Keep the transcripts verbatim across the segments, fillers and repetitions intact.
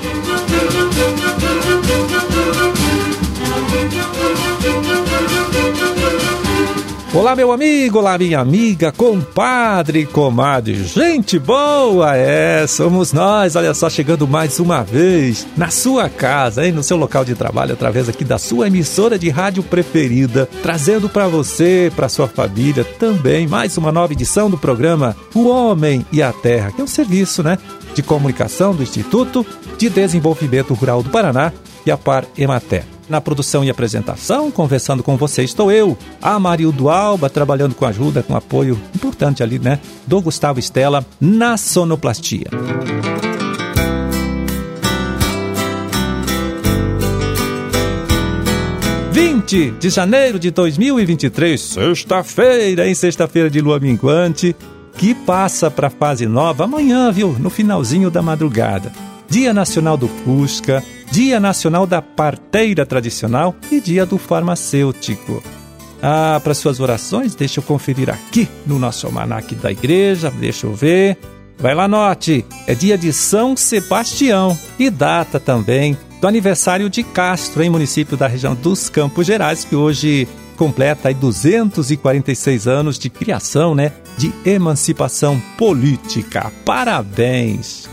Olá, meu amigo, olá, minha amiga, compadre e comadre, gente boa, é, somos nós, olha só, chegando mais uma vez na sua casa, hein, no seu local de trabalho, através aqui da sua emissora de rádio preferida, trazendo para você, para sua família, também mais uma nova edição do programa O Homem e a Terra, que é um serviço, né, de comunicação do Instituto de Desenvolvimento Rural do Paraná e a Par Emater. Na produção e apresentação, conversando com você, estou eu, Amarildo Alba, trabalhando com ajuda, com apoio importante ali, né, do Gustavo Estela, na sonoplastia. vinte de janeiro de dois mil e vinte e três, sexta-feira, hein, sexta-feira de lua minguante, que passa para a fase nova amanhã, viu, no finalzinho da madrugada. Dia Nacional do Fusca, Dia Nacional da Parteira Tradicional e Dia do Farmacêutico. Ah, para suas orações, deixa eu conferir aqui no nosso almanaque da igreja, deixa eu ver. Vai lá, anote, é dia de São Sebastião e data também do aniversário de Castro, em município da região dos Campos Gerais, que hoje completa aí duzentos e quarenta e seis anos de criação, né, de emancipação política. Parabéns!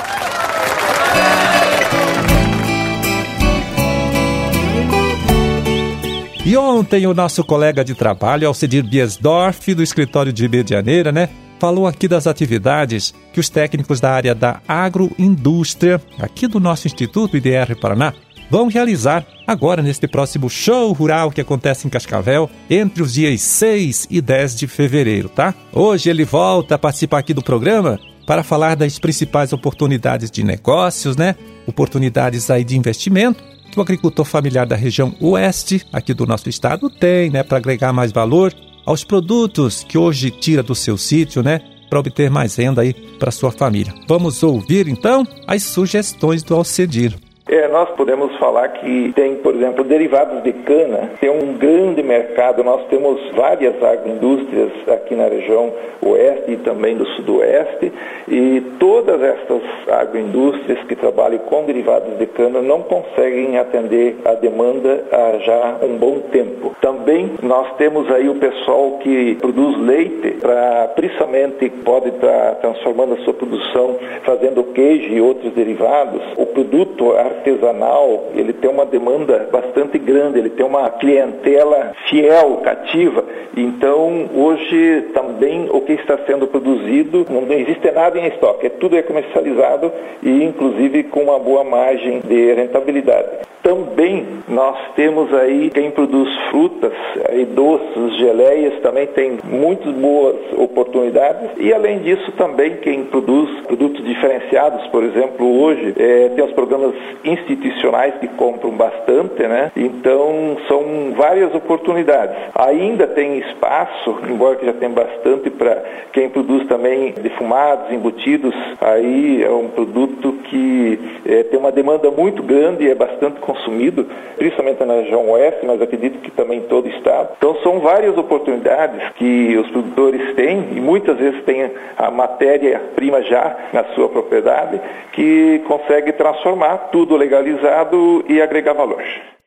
E ontem o nosso colega de trabalho, Alcedir Biesdorf, do escritório de Medianeira, né, falou aqui das atividades que os técnicos da área da agroindústria, aqui do nosso Instituto I D R Paraná, vão realizar agora neste próximo show rural que acontece em Cascavel, entre os dias seis e dez de fevereiro, tá? Hoje ele volta a participar aqui do programa para falar das principais oportunidades de negócios, né? Oportunidades aí de investimento que o agricultor familiar da região oeste, aqui do nosso estado, tem, né, para agregar mais valor aos produtos que hoje tira do seu sítio, né, para obter mais renda aí para sua família. Vamos ouvir, então, as sugestões do Alcedir. É, nós podemos falar que tem, por exemplo, derivados de cana, tem um grande mercado. Nós temos várias agroindústrias aqui na região oeste e também do sudoeste, e todas estas agroindústrias que trabalham com derivados de cana não conseguem atender a demanda há já um bom tempo. Também nós temos aí o pessoal que produz leite, para principalmente pode estar transformando a sua produção, fazendo queijo e outros derivados. O produto artesanal, ele tem uma demanda bastante grande, ele tem uma clientela fiel, cativa. Então, hoje também o que está sendo produzido, não existe nada em estoque, é tudo é comercializado e inclusive com uma boa margem de rentabilidade. Também nós temos aí quem produz frutas e doces, geleias, também tem muitas boas oportunidades. E além disso também quem produz produtos diferenciados, por exemplo, hoje é, tem os programas institucionais que compram bastante, né? Então são várias oportunidades. Ainda tem espaço, embora que já tem bastante para quem produz também defumados, embutidos. Aí é um produto que é, tem uma demanda muito grande e é bastante consumido, principalmente na região oeste, mas acredito que também em todo o estado. Então são várias oportunidades que os produtores têm e muitas vezes têm a matéria-prima já na sua propriedade, que consegue transformar tudo legalizado e agregar valor.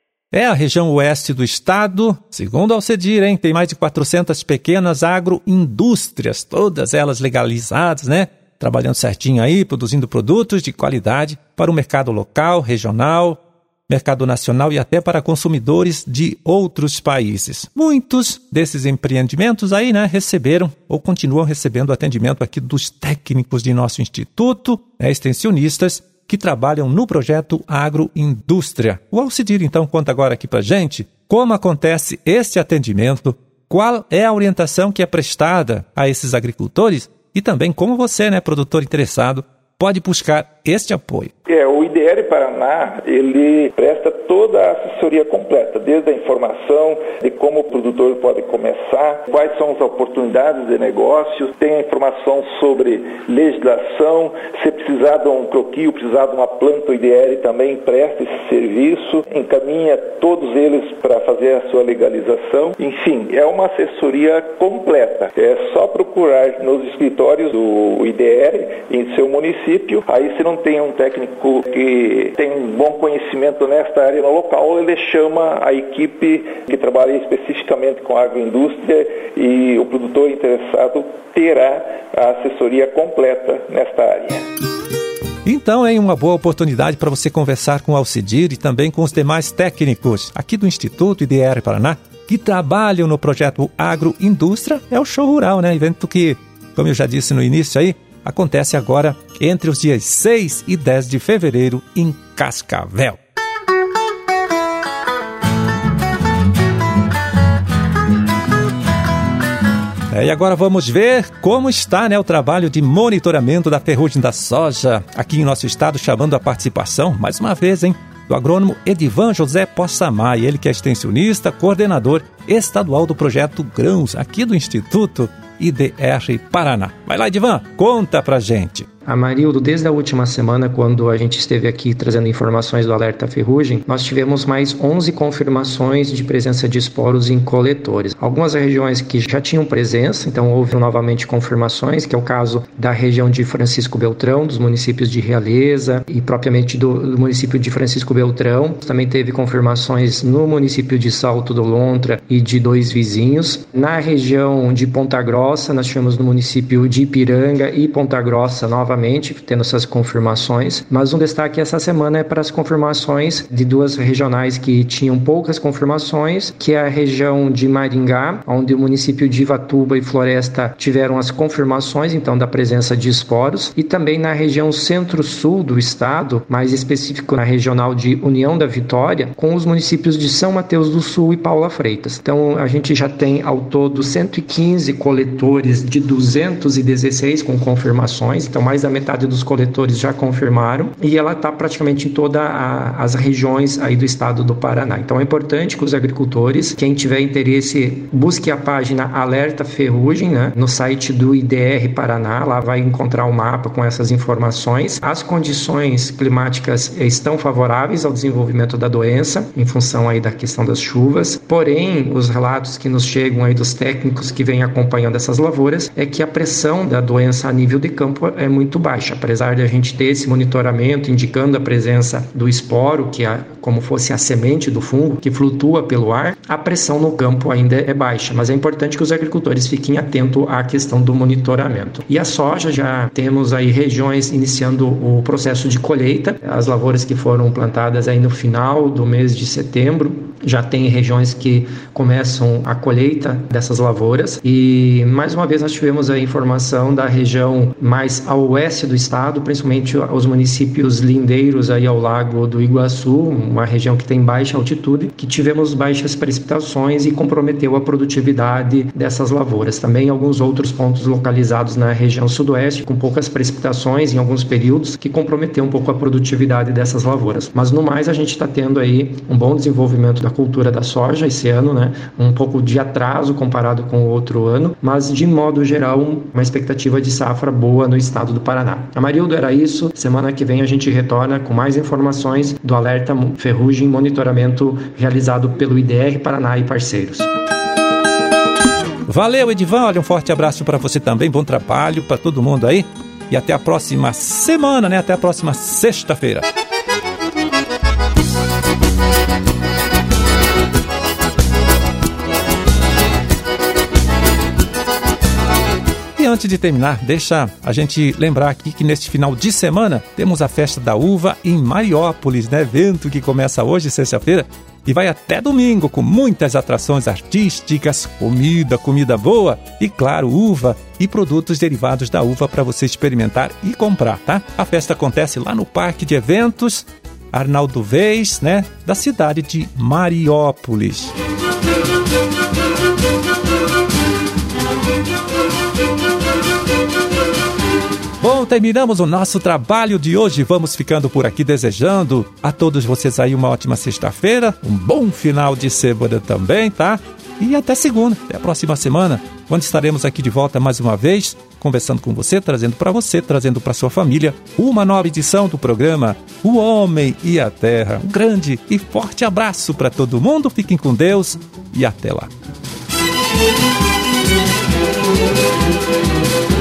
É a região oeste do estado, segundo Alcedir, hein, tem mais de quatrocentas pequenas agroindústrias, todas elas legalizadas, né? Trabalhando certinho aí, produzindo produtos de qualidade para o mercado local, regional, mercado nacional e até para consumidores de outros países. Muitos desses empreendimentos aí, né, receberam ou continuam recebendo atendimento aqui dos técnicos de nosso instituto, né, extensionistas, que trabalham no projeto Agroindústria. O Alcedir, então, conta agora aqui pra gente como acontece esse atendimento, qual é a orientação que é prestada a esses agricultores e também como você, né, produtor interessado, pode buscar este apoio. É, o I D R Paraná, ele presta toda a assessoria completa, desde a informação de como o produtor pode começar, quais são as oportunidades de negócios, tem a informação sobre legislação, se precisar de um croquis, precisar de uma planta, o I D R também presta esse serviço, encaminha todos eles para fazer a sua legalização. Enfim, é uma assessoria completa. É só procurar nos escritórios do I D R em seu município, aí se não não tem um técnico que tem um bom conhecimento nesta área no local, ele chama a equipe que trabalha especificamente com a agroindústria e o produtor interessado terá a assessoria completa nesta área. Então é uma boa oportunidade para você conversar com o Alcidir e também com os demais técnicos aqui do Instituto I D R Paraná que trabalham no projeto Agroindústria. É o Show Rural, né? Evento que, como eu já disse no início aí, acontece agora entre os dias seis e dez de fevereiro em Cascavel. É, e agora vamos ver como está, né, o trabalho de monitoramento da ferrugem da soja aqui em nosso estado, chamando a participação, mais uma vez, hein, do agrônomo Edivan José Possamay, ele que é extensionista, coordenador estadual do projeto Grãos, aqui do Instituto I D R Paraná. Vai lá, Edivan, conta pra gente. Amarildo, desde a última semana, quando a gente esteve aqui trazendo informações do alerta ferrugem, nós tivemos mais onze confirmações de presença de esporos em coletores. Algumas regiões que já tinham presença, então houve novamente confirmações, que é o caso da região de Francisco Beltrão, dos municípios de Realeza e propriamente do, do município de Francisco Beltrão. Também teve confirmações no município de Salto do Lontra e de dois vizinhos. Na região de Ponta Grossa, nós tivemos no município de Ipiranga e Ponta Grossa, novamente, tendo essas confirmações, mas um destaque essa semana é para as confirmações de duas regionais que tinham poucas confirmações, que é a região de Maringá, onde o município de Ivatuba e Floresta tiveram as confirmações, então, da presença de esporos, e também na região centro-sul do estado, mais específico na regional de União da Vitória, com os municípios de São Mateus do Sul e Paula Freitas. Então, a gente já tem ao todo cento e quinze coletores de duzentos e dezesseis com confirmações, então mais da metade dos coletores já confirmaram, e ela está praticamente em todas as regiões aí do estado do Paraná. Então é importante que os agricultores, quem tiver interesse, busque a página Alerta Ferrugem, né, no site do I D R Paraná, lá vai encontrar o mapa com essas informações. As condições climáticas estão favoráveis ao desenvolvimento da doença, em função aí da questão das chuvas, porém os relatos que nos chegam aí dos técnicos que vêm acompanhando essas lavouras é que a pressão da doença a nível de campo é muito baixa, apesar de a gente ter esse monitoramento indicando a presença do esporo, que é como fosse a semente do fungo, que flutua pelo ar, a pressão no campo ainda é baixa, mas é importante que os agricultores fiquem atentos à questão do monitoramento. E a soja, já temos aí regiões iniciando o processo de colheita, as lavouras que foram plantadas aí no final do mês de setembro, já tem regiões que começam a colheita dessas lavouras, e mais uma vez nós tivemos a informação da região mais ao oeste do estado, principalmente os municípios lindeiros aí ao Lago do Iguaçu, uma região que tem baixa altitude, que tivemos baixas precipitações e comprometeu a produtividade dessas lavouras. Também alguns outros pontos localizados na região sudoeste, com poucas precipitações em alguns períodos, que comprometeu um pouco a produtividade dessas lavouras. Mas no mais a gente está tendo aí um bom desenvolvimento da cultura da soja esse ano, né? Um pouco de atraso comparado com o outro ano, mas de modo geral uma expectativa de safra boa no estado do Paraná. Amarildo, era isso. Semana que vem a gente retorna com mais informações do Alerta Ferrugem, monitoramento realizado pelo I D R Paraná e parceiros. Valeu, Edivan. Olha, um forte abraço para você também. Bom trabalho para todo mundo aí. E até a próxima semana, né? Até a próxima sexta-feira. E antes de terminar, deixa a gente lembrar aqui que neste final de semana temos a Festa da Uva em Mariópolis, né? Evento que começa hoje, sexta-feira, e vai até domingo, com muitas atrações artísticas, comida, comida boa e, claro, uva e produtos derivados da uva para você experimentar e comprar, tá? A festa acontece lá no Parque de Eventos Arnaldo Vez, né? Da cidade de Mariópolis. Bom, terminamos o nosso trabalho de hoje. Vamos ficando por aqui desejando a todos vocês aí uma ótima sexta-feira, um bom final de semana também, tá? E até segunda, até a próxima semana, quando estaremos aqui de volta mais uma vez, conversando com você, trazendo para você, trazendo para sua família, uma nova edição do programa O Homem e a Terra. Um grande e forte abraço para todo mundo, fiquem com Deus e até lá.